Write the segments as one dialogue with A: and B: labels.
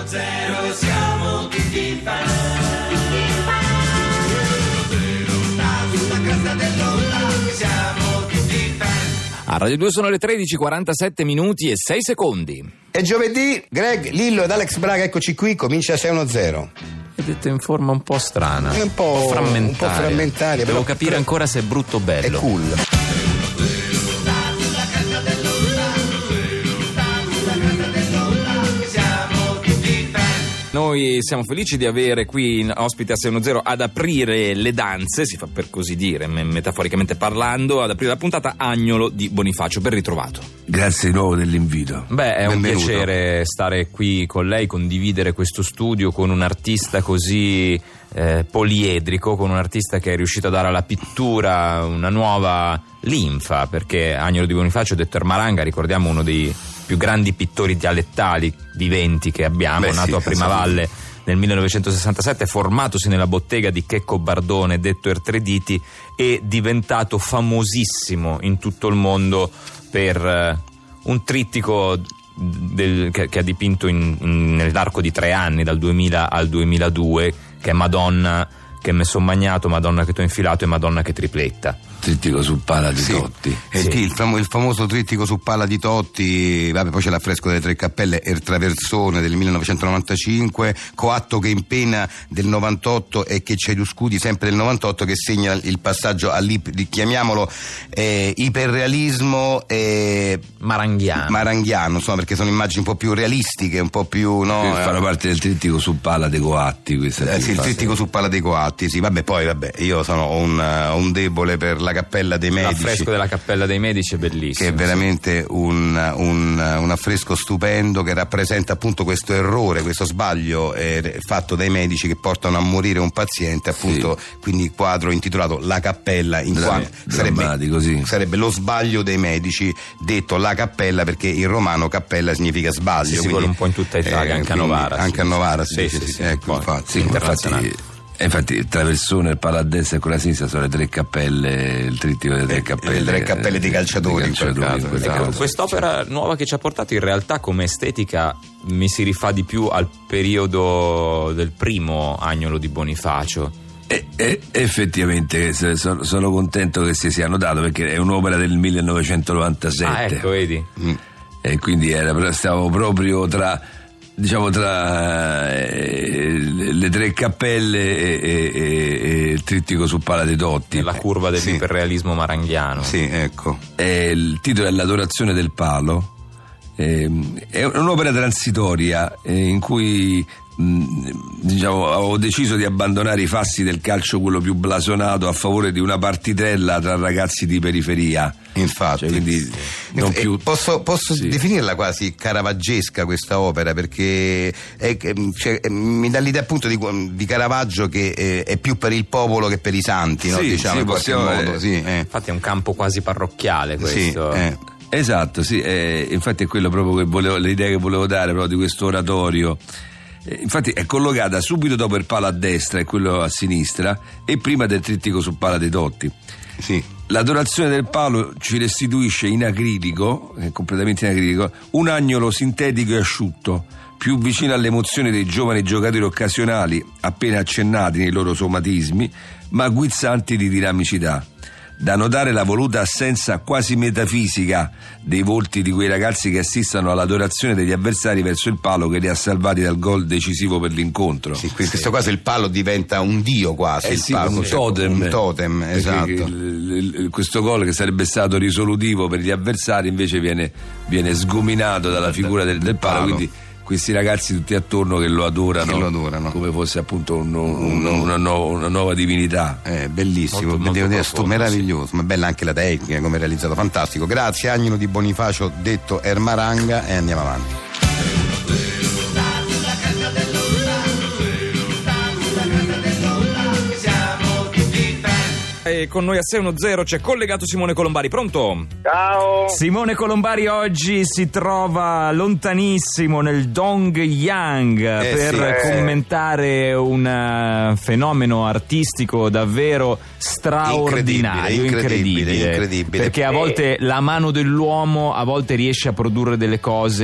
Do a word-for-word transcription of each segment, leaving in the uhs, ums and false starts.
A: zero siamo tutti fan. Sulla cresta dell'onda siamo tutti fan.
B: A Radio due sono le tredici, quarantasette minuti e sei secondi.
C: È giovedì, Greg, Lillo ed Alex Braga, eccoci qui, comincia sei uno zero.
B: È detto in forma un po' strana,
C: È un po'
B: frammentaria.
C: un po' frammentaria,
B: Devo
C: però-
B: capire
C: però-
B: ancora se è brutto o bello.
C: È cool.
B: Noi siamo felici di avere qui in ospite a sei uno zero ad aprire le danze, si fa per così dire, me- metaforicamente parlando, ad aprire la puntata Agnolo di Bonifacio. Ben ritrovato.
D: Grazie di nuovo dell'invito.
B: Beh, è
C: Benvenuto.
B: un piacere stare qui con lei, condividere questo studio con un artista così eh, poliedrico, con un artista che è riuscito a dare alla pittura una nuova linfa, perché Agnolo di Bonifacio, detto Ermaranga, ricordiamo uno dei più grandi pittori dialettali viventi che abbiamo,
C: Beh,
B: nato
C: sì,
B: a Primavalle nel millenovecentosessantasette, formatosi nella bottega di Checco Bardone, detto Ertrediti, e diventato famosissimo in tutto il mondo per eh, un trittico del, che, che ha dipinto in, in, nell'arco di tre anni, dal duemila al duemiladue, che è Madonna che me son magnato, Madonna che t'ho infilato e Madonna che tripletta.
D: Trittico su pala di
C: Sì.
D: Totti.
C: E
B: Sì.
C: il, famo- il famoso trittico su palla di Totti, vabbè, poi c'è l'affresco delle Tre Cappelle, Er Traversone del millenovecentonovantacinque, Coatto che in pena del novantotto e Che c'è gli scudi sempre del novantotto, che segna il passaggio all'ip, chiamiamolo eh, iperrealismo eh,
B: Maranghiano.
C: maranghiano, insomma, perché sono immagini un po' più realistiche, un po' più, no?
D: Che fanno parte del trittico su pala dei Coatti.
C: Eh, sì, il trittico su palla dei Coatti, sì, vabbè, poi vabbè, io sono ho un, ho un debole per la Cappella dei Medici.
B: L'affresco della Cappella dei Medici è bellissimo.
C: Che è veramente un, un, un affresco stupendo, che rappresenta appunto questo errore, questo sbaglio eh, fatto dai medici che portano a morire un paziente, appunto, quindi il quadro intitolato La Cappella, in
D: Dra-
C: quanto
D: drammatico,
C: sarebbe,
D: sì.
C: sarebbe lo sbaglio dei medici, detto La Cappella perché in romano cappella significa sbaglio.
B: Sì, sì,
C: quindi,
B: quello un po' in tutta Italia, anche a
C: quindi
B: Novara,
C: Anche
B: sì.
C: a Novara, sì,
B: Sì,
C: sì,
B: sì,
C: sì,
B: sì,
C: ecco,
B: poi,
C: infatti.
B: sì, internazionale.
D: Infatti, eh, infatti il traversone, il palo a destra e quello a sinistra sono le tre cappelle, il trittico delle tre
C: Eh,
D: cappelle.
C: le tre cappelle dei calciatori, in quel caso,
D: in quel
C: esatto.
D: caso.
B: Quest'opera nuova che ci ha portato in realtà come estetica mi si rifà di più al periodo del primo Agnolo di Bonifacio.
D: E, e, effettivamente se- sono, sono contento che si sia notato, perché è un'opera del millenovecentonovantasette.
B: Ah, ecco, vedi?
C: Mm.
D: E quindi era, stavo proprio tra, diciamo, tra eh, le tre cappelle e, e- e- e il trittico su pala dei Totti.
B: Nella curva dell'iperrealismo maranghiano.
C: Sì, ecco.
D: Eh, il titolo è L'adorazione del palo. Eh, è un'opera transitoria eh, in cui mh, diciamo, avevo deciso di abbandonare i fassi del calcio, quello più blasonato, a favore di una partitella tra ragazzi di periferia.
C: Infatti,
D: Cioè, quindi non
C: Eh,
D: più-
C: posso, posso
D: sì.
C: definirla quasi caravaggesca questa opera, perché è, è- cioè, è- mi dà l'idea appunto di, di Caravaggio che eh, è più per il popolo che per i santi, no?
D: Sì,
C: Diciamo
D: sì,
C: in qualche
D: possiamo-
C: modo, sì, eh.
B: Infatti è un campo quasi parrocchiale
C: Sì,
B: questo.
C: eh.
D: Esatto, sì, eh, infatti è quello proprio che volevo, l'idea che volevo dare proprio di questo oratorio. Eh, infatti è collocata subito dopo il palo a destra e quello a sinistra, e prima del trittico su pala dei Totti.
C: Sì.
D: L'adorazione del palo ci restituisce in acrilico, eh, completamente in acrilico, un agnolo sintetico e asciutto, più vicino alle emozioni dei giovani giocatori occasionali, appena accennati nei loro somatismi, ma guizzanti di dinamicità. Da notare la voluta assenza quasi metafisica dei volti di quei ragazzi che assistono all'adorazione degli avversari verso il palo che li ha salvati dal gol decisivo per l'incontro.
C: Sì, in questo caso il palo diventa un dio quasi,
D: Eh
C: il
D: sì,
C: palo,
D: un
C: cioè,
D: totem,
C: un totem,
D: Perché
C: esatto.
D: il- il- questo gol che sarebbe stato risolutivo per gli avversari invece viene, viene sgominato dalla figura del, del palo,
C: palo.
D: quindi questi ragazzi tutti attorno che lo adorano,
C: Che lo adorano.
D: come fosse appunto un- un- una, nuova, una nuova divinità.
C: Eh, bellissimo,
B: Molto, molto
C: devo dire, sto
B: profondo,
C: meraviglioso, ma bella anche la tecnica, come è realizzato, fantastico. Grazie Agnolo di Bonifacio, detto Ermaranga, e andiamo avanti.
B: E con noi a sei uno zero c'è collegato Simone Colombari, pronto?
E: Ciao.
B: Simone Colombari oggi si trova lontanissimo nel Dongyang
C: Eh,
B: per
C: sì.
B: commentare un eh, fenomeno artistico davvero straordinario,
C: Incredibile, incredibile, incredibile.
B: perché a volte la mano dell'uomo a volte riesce a produrre delle cose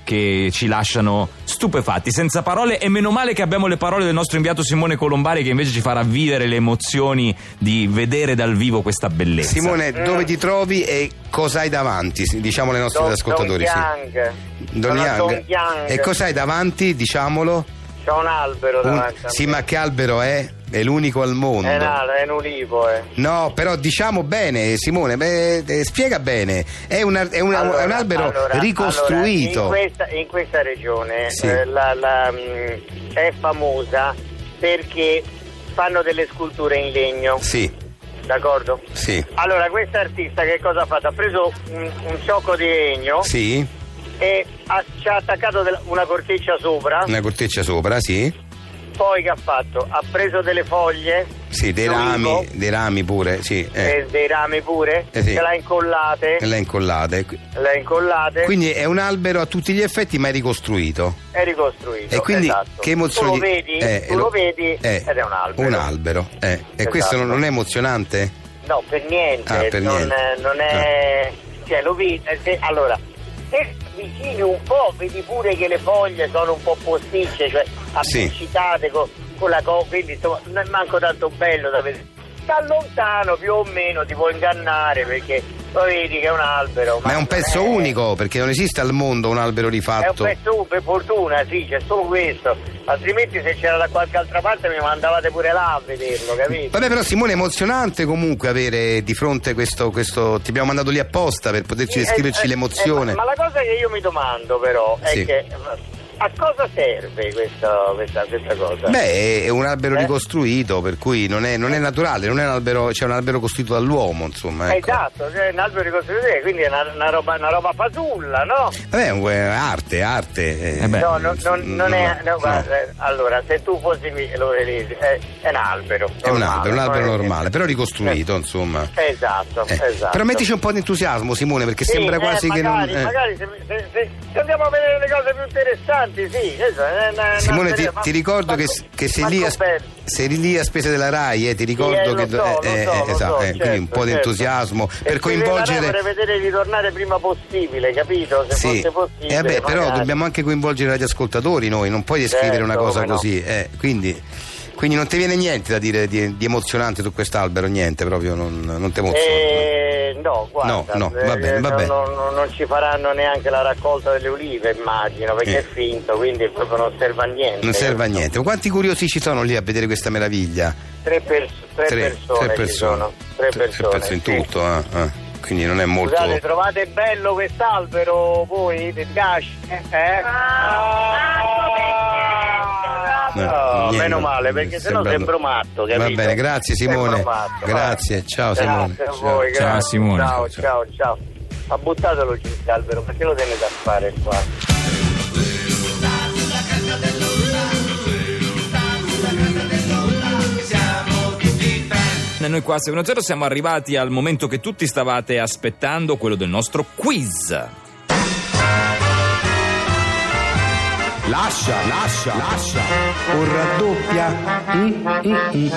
B: che ci lasciano stupefatti, senza parole, e meno male che abbiamo le parole del nostro inviato Simone Colombari, che invece ci farà vivere le emozioni di vedere dal vivo questa bellezza.
C: Simone, dove ti trovi e cosa hai davanti? Diciamo ai nostri
E: Don,
C: ascoltatori.
E: Don
C: sì.
E: Yang.
C: Don
E: Sono a
C: Yang.
E: Don Yang.
C: E cosa hai davanti? Diciamolo.
E: C'è un albero
C: Un-
E: davanti a
C: sì,
E: me.
C: ma che albero è? È l'unico al mondo.
E: È un, è un ulivo, eh.
C: No, però diciamo bene, Simone, beh, eh, spiega bene. È, una- è una-
E: Allora,
C: è un albero
E: allora,
C: ricostruito.
E: allora, in, questa, in questa regione
C: Sì.
E: eh, la, la, mh, è famosa perché fanno delle sculture in legno,
C: Sì,
E: d'accordo?
C: sì,
E: Allora, questa artista che cosa ha fatto? Ha preso un, un ciocco di legno
C: sì,
E: e ha, ci ha attaccato del- una corteccia sopra.
C: una corteccia sopra, sì.
E: Poi che ha fatto? Ha preso delle foglie,
C: Sì, dei
E: d'olivo,
C: rami, dei rami pure, sì. Eh.
E: e dei rami pure,
C: Eh sì.
E: se l'ha incollate,
C: E le ha incollate.
E: l'ha incollate
C: Quindi è un albero a tutti gli effetti, ma è ricostruito.
E: e ricostruito.
C: E quindi
E: esatto.
C: che emozioni.
E: Tu lo vedi,
C: eh,
E: tu lo vedi
C: eh,
E: ed è un albero.
C: Un albero, eh. E
E: Esatto.
C: questo non non è emozionante?
E: No, per niente,
C: Ah, per
E: non,
C: niente.
E: non è. Cioè, lo vedi. eh, se- allora, se vicini un po', vedi pure che le foglie sono un po' posticce, cioè
C: Sì.
E: appiccitate con, con la co, quindi insomma non è manco tanto bello da vedere. Da lontano più o meno ti può ingannare perché lo vedi che è un albero.
C: Ma è un
E: non
C: pezzo unico, perché non esiste al mondo un albero
E: È un
C: rifatto.
E: pezzo, per fortuna, sì, c'è solo questo. Altrimenti se c'era da qualche altra parte mi mandavate pure là a vederlo, capito?
C: Vabbè, però Simone, è emozionante comunque avere di fronte questo, questo ti abbiamo mandato lì apposta per poterci
E: Sì,
C: descriverci
E: eh, eh,
C: l'emozione.
E: eh, ma, ma la cosa che io mi domando però è
C: Sì.
E: che a cosa serve questa, questa, questa cosa?
C: Beh, è un albero
E: Eh?
C: ricostruito, per cui non è, non è naturale, non è un albero, c'è un albero costruito dall'uomo, insomma. Ecco.
E: Esatto, cioè un albero ricostruito, quindi è una, una roba, una roba fasulla, no?
C: Vabbè, è un- è arte, arte. eh.
B: Eh beh.
E: No, non, non, non è. No,
C: no.
E: guarda, eh, allora, se tu fossi qui e lo vedi, è, è un albero.
C: È un
E: normale,
C: albero, un albero
E: non è-
C: normale, però ricostruito, insomma.
E: Esatto,
C: Eh,
E: esatto.
C: Però mettici un po' di entusiasmo, Simone, perché
E: Sì,
C: sembra
E: eh,
C: quasi
E: magari,
C: che non. eh.
E: magari se, se- se- se andiamo a vedere le cose più interessanti, sì. Esatto, è una-
C: Simone,
E: una
C: ti,
E: serie-
C: ti
E: ma-
C: ricordo
E: ma-
C: che, che sei,
E: ma
C: lì a,
E: bello.
C: sei lì a spese della RAI, eh, ti ricordo
E: Sì, eh, lo
C: che.
E: so, lo
C: eh,
E: so,
C: eh,
E: lo
C: esatto,
E: so,
C: eh, quindi un po' di
E: certo,
C: entusiasmo
E: certo.
C: per
E: E
C: coinvolgere.
E: vorrei vedere di tornare prima possibile, capito? Se
C: Sì,
E: fosse possibile.
C: eh, beh, però
E: magari.
C: dobbiamo anche coinvolgere i radioascoltatori noi, non puoi descrivere
E: Certo,
C: una cosa
E: come no.
C: così, eh, quindi, quindi non ti viene niente da dire di, di emozionante su quest'albero, niente, proprio non, non ti emoziona.
E: Eh, no, guarda,
C: No, no, va
E: eh,
C: bene, va
E: non,
C: bene.
E: non- non ci faranno neanche la raccolta delle olive, immagino, perché
C: Eh.
E: è finto, quindi proprio non serve a niente.
C: Non serve a niente. Ma quanti curiosi ci sono lì a vedere questa meraviglia?
E: Tre, pers- tre persone
C: tre
E: ci sono. Tre
C: Tre- tre
E: persone.
C: persone in
E: sì.
C: tutto, eh, eh. Quindi non è molto.
E: Scusate, trovate bello quest'albero voi? Vi piace? Eh?
C: No,
E: No,
C: niente,
E: meno male, perché sennò
C: sembra-
E: sembro matto, capito?
C: Va bene, grazie Simone.
E: Sembro matto,
C: Grazie,
E: vai.
C: ciao Simone.
E: Grazie a
C: Ciao.
E: voi,
B: Ciao,
E: grazie.
B: Simone.
E: Ciao, ciao, ciao. Ma buttatelo giù l'albero, perché lo tenete a fare qua?
A: Siamo tutti fan.
B: E noi qua a Secondo Zero siamo arrivati al momento che tutti stavate aspettando, quello del nostro quiz.
C: Lascia, lascia, lascia. O raddoppia. Mm, mm, mm.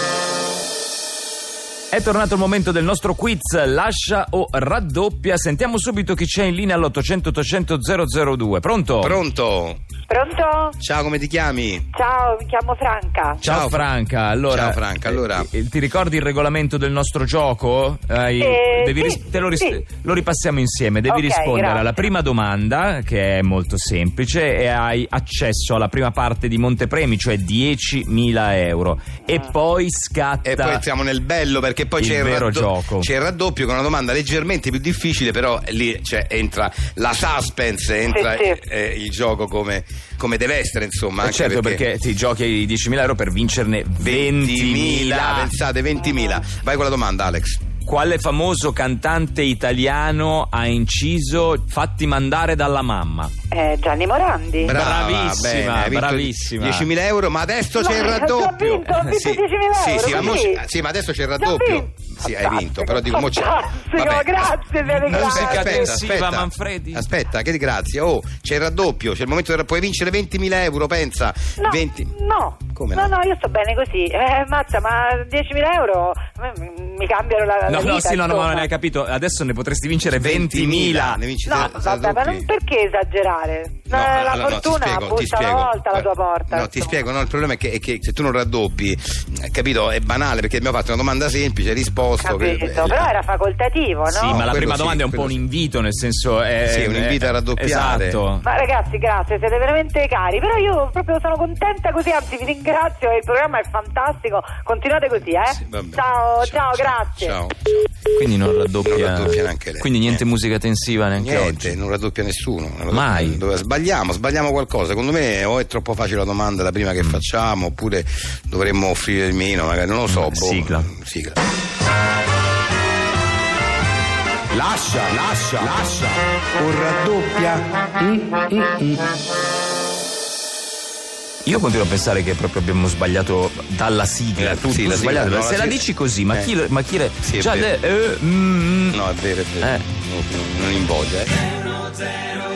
B: È tornato il momento del nostro quiz, lascia o raddoppia. Sentiamo subito chi c'è in linea all'ottocento ottocento zero zero due. Pronto?
C: Pronto?
F: Pronto?
C: Ciao, come ti chiami?
F: Ciao, mi chiamo Franca.
B: Ciao,
C: Ciao,
B: Franca. Allora,
C: Ciao, Franca, allora-
B: eh, eh, ti ricordi il regolamento del nostro gioco? Hai-
F: Eh,
B: devi
F: sì,
B: ris- te lo, ris-
F: sì.
B: lo ripassiamo insieme. Devi
F: Ok,
B: rispondere
F: grazie.
B: alla prima domanda, che è molto semplice, e hai accesso alla prima parte di montepremi, cioè diecimila euro. E poi scatta.
C: E poi entriamo nel bello, perché poi
B: Il
C: c'è il,
B: vero
C: raddo-
B: gioco.
C: c'è il raddoppio con una domanda leggermente più difficile, però lì cioè, entra la suspense, entra
F: Sì, sì.
C: eh, il gioco come, come deve essere, insomma.
B: Eh,
C: Anche
B: certo, perché ti giochi ai diecimila euro per vincerne ventimila.
C: Pensate, ventimila. Vai con la domanda, Alex.
B: Quale famoso cantante italiano ha inciso Fatti mandare dalla mamma?
F: Eh, Gianni Morandi.
C: Brava,
B: Bravissima,
C: bene, hai vinto
B: bravissima.
C: diecimila euro, ma adesso c'è il
F: Ma,
C: raddoppio.
F: ho vinto, ho vinto
C: sì,
F: diecimila
C: sì,
F: euro,
C: sì, ma mo-
F: così?
C: sì, ma adesso c'è il
F: Già
C: raddoppio.
F: vinto.
C: Sì, hai vinto, però dico mo c'è.
F: Fantastico,
C: Vabbè.
F: grazie, bene,
C: Aspetta,
F: grazie.
B: Musica
C: aspetta,
B: tensiva,
C: aspetta.
B: Manfredi.
C: Aspetta, che di grazia. Oh, c'è il raddoppio, c'è il momento che puoi vincere ventimila euro, pensa.
F: No,
C: venti
F: no.
C: Come
F: no,
C: no?
F: no, io sto bene così. Eh, mazza, ma diecimila euro a me mi mi cambiano la, la
B: No,
F: vita,
B: no, sì, no, no, ma
F: insomma.
B: non hai capito. Adesso ne potresti vincere ventimila.
C: Ne vinci
F: No,
C: tre-
F: vabbè, ma
C: raddoppi.
F: non perché esagerare?
C: No,
F: Eh, la
C: allora, no, ti
F: fortuna
C: spiego, ti
F: bussa una
C: spiego.
F: volta alla tua porta.
C: No, ti
F: insomma.
C: spiego, no, il problema è che, è che se tu non raddoppi, eh, capito, è banale perché abbiamo fatto una domanda semplice, hai risposto. che-
F: Capito, però era facoltativo, no?
B: Sì, ma la
C: quello
B: prima
C: sì,
B: domanda è un po' un
C: quello sì.
B: invito, nel senso è,
C: Sì, un invito a
B: è-
C: raddoppiare.
B: Esatto.
F: Ma ragazzi, grazie, siete veramente cari. Però io proprio sono contenta così, anzi vi ringrazio, il programma è fantastico. Continuate così, eh?
C: Sì, vabbè.
F: ciao, ciao, grazie.
C: Ciao.
B: Quindi non raddoppia,
C: Non raddoppia neanche lei.
B: Quindi niente,
C: Niente.
B: musica tensiva neanche
C: Niente,
B: oggi.
C: non raddoppia nessuno. non raddoppia-
B: Mai.
C: Dove- Sbagliamo, sbagliamo qualcosa. Secondo me o è troppo facile la domanda la prima che facciamo, oppure dovremmo offrire il meno, magari non lo so. boh.
B: Sigla.
C: Sigla.
G: Lascia, lascia, lascia. O raddoppia.
B: Io continuo a pensare che proprio abbiamo sbagliato dalla sigla.
C: Eh,
B: tu,
C: sì,
B: tu
C: la sigla,
B: sbagliato.
C: no,
B: Se
C: la
B: la
C: sigla-
B: dici così, ma
C: Eh.
B: chi, ma chi le-
C: Sì, è
B: già
C: vero.
B: le- eh, mm, mm.
C: No, è vero, è vero.
B: Eh.
C: Non, non in voglia, eh.